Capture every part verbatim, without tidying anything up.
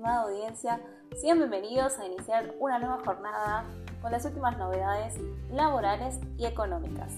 estimada audiencia, sean bienvenidos a iniciar una nueva jornada con las últimas novedades laborales y económicas.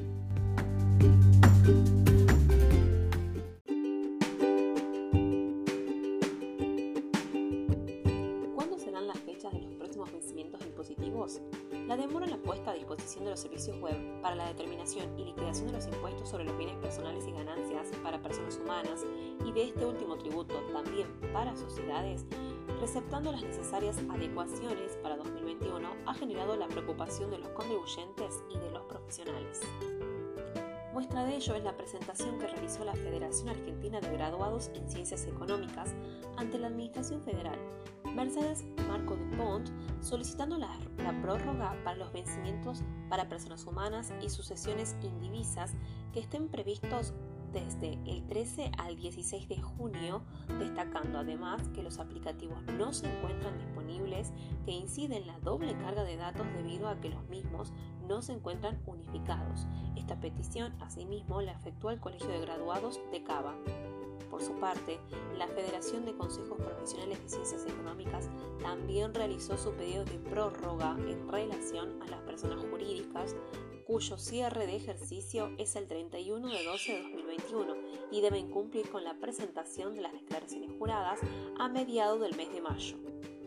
¿Cuándo serán las fechas de los próximos vencimientos impositivos? La demora en la puesta a disposición de los servicios web para la determinación y liquidación de los impuestos sobre los bienes personales y ganancias para personas humanas y de este último tributo también para sociedades, receptando las necesarias adecuaciones para dos mil veintiuno, ha generado la preocupación de los contribuyentes y de los profesionales. Muestra de ello es la presentación que realizó la Federación Argentina de Graduados en Ciencias Económicas ante la Administración Federal, Mercedes Marco Dupont, solicitando la, la prórroga para los vencimientos para personas humanas y sucesiones indivisas que estén previstos desde el trece al dieciséis de junio, destacando además que los aplicativos no se encuentran disponibles, que incide en la doble carga de datos debido a que los mismos no se encuentran unificados. Esta petición, asimismo, la efectuó el Colegio de Graduados de Cava. Por su parte, la Federación de Consejos Profesionales de Ciencias Económicas también realizó su pedido de prórroga en relación a las personas jurídicas cuyo cierre de ejercicio es el treinta y uno de doce de dos mil veintiuno y deben cumplir con la presentación de las declaraciones juradas a mediados del mes de mayo.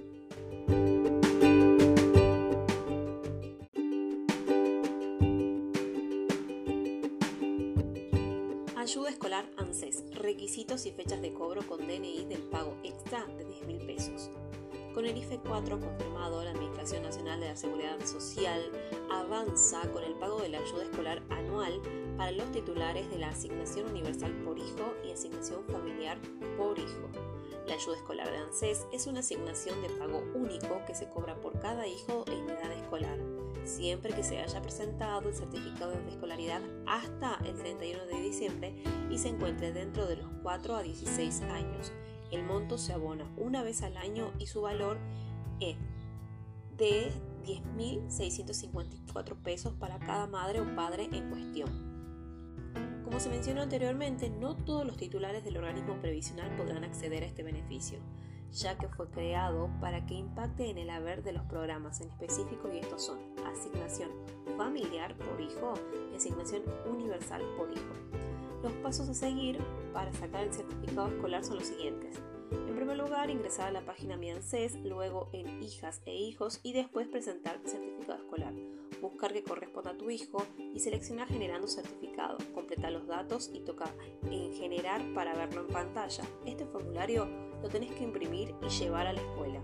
Ayuda escolar ANSES, requisitos y fechas de cobro con D N I del pago extra de diez mil pesos. Con el I F E cuatro confirmado, la Administración Nacional de la Seguridad Social avanza con el pago de la ayuda escolar anual para los titulares de la Asignación Universal por Hijo y Asignación Familiar por Hijo. La ayuda escolar de ANSES es una asignación de pago único que se cobra por cada hijo en edad escolar, siempre que se haya presentado el certificado de escolaridad hasta el treinta y uno de diciembre y se encuentre dentro de los cuatro a dieciséis años. El monto se abona una vez al año y su valor es de diez mil seiscientos cincuenta y cuatro pesos para cada madre o padre en cuestión. Como se mencionó anteriormente, no todos los titulares del organismo previsional podrán acceder a este beneficio, ya que fue creado para que impacte en el haber de los programas en específico, y estos son asignación familiar por hijo y asignación universal por hijo. Los pasos a seguir para sacar el certificado escolar son los siguientes. En primer lugar, ingresar a la página Mi ANSES, luego en Hijas e Hijos y después presentar el certificado escolar. Buscar que corresponda a tu hijo y seleccionar generando certificado. Completar los datos y toca en generar para verlo en pantalla. Este formulario lo tenés que imprimir y llevar a la escuela.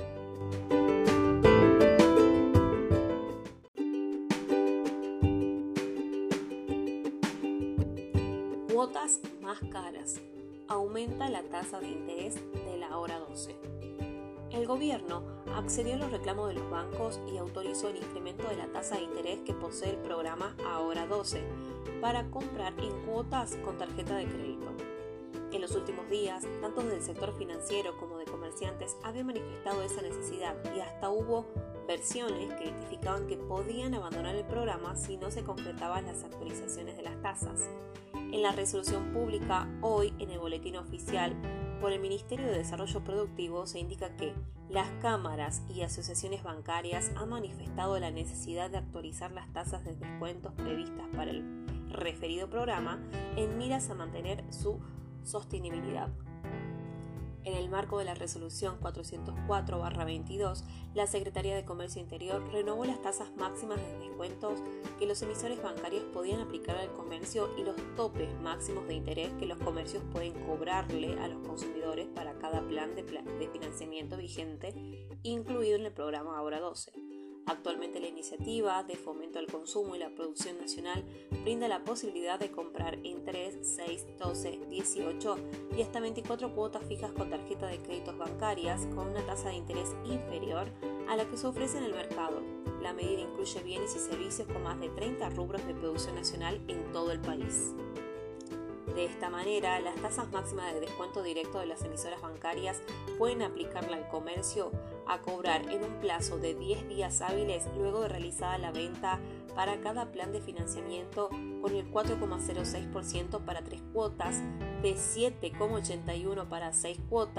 Cuotas más caras. Aumenta la tasa de interés de la hora doce. El gobierno accedió a los reclamos de los bancos y autorizó el incremento de la tasa de interés que posee el programa Ahora doce para comprar en cuotas con tarjeta de crédito. En los últimos días, tanto del sector financiero como de comerciantes habían manifestado esa necesidad y hasta hubo versiones que identificaban que podían abandonar el programa si no se concretaban las actualizaciones de las tasas. En la resolución pública hoy en el boletín oficial por el Ministerio de Desarrollo Productivo se indica que las cámaras y asociaciones bancarias han manifestado la necesidad de actualizar las tasas de descuentos previstas para el referido programa en miras a mantener su sostenibilidad. En el marco de la resolución cuatrocientos cuatro barra veintidós, la Secretaría de Comercio Interior renovó las tasas máximas de descuentos que los emisores bancarios podían aplicar al comercio y los topes máximos de interés que los comercios pueden cobrarle a los consumidores para cada plan de, plan de financiamiento vigente incluido en el programa Ahora doce. Actualmente la iniciativa de fomento al consumo y la producción nacional brinda la posibilidad de comprar en tres, seis, doce, dieciocho y hasta veinticuatro cuotas fijas con tarjeta de créditos bancarias con una tasa de interés inferior a la que se ofrece en el mercado. La medida incluye bienes y servicios con más de treinta rubros de producción nacional en todo el país. De esta manera, las tasas máximas de descuento directo de las emisoras bancarias pueden aplicarla al comercio a cobrar en un plazo de diez días hábiles luego de realizada la venta para cada plan de financiamiento con el cuatro coma cero seis por ciento para tres cuotas, de siete coma ochenta y uno por ciento para seis cuotas,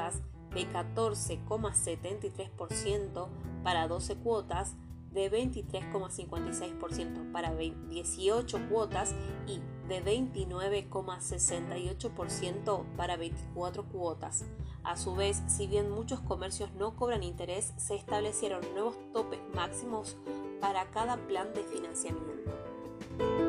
de catorce coma setenta y tres por ciento para doce cuotas, de veintitrés coma cincuenta y seis por ciento para dieciocho cuotas y de veintinueve coma sesenta y ocho por ciento para veinticuatro cuotas. A su vez, si bien muchos comercios no cobran interés, se establecieron nuevos topes máximos para cada plan de financiamiento.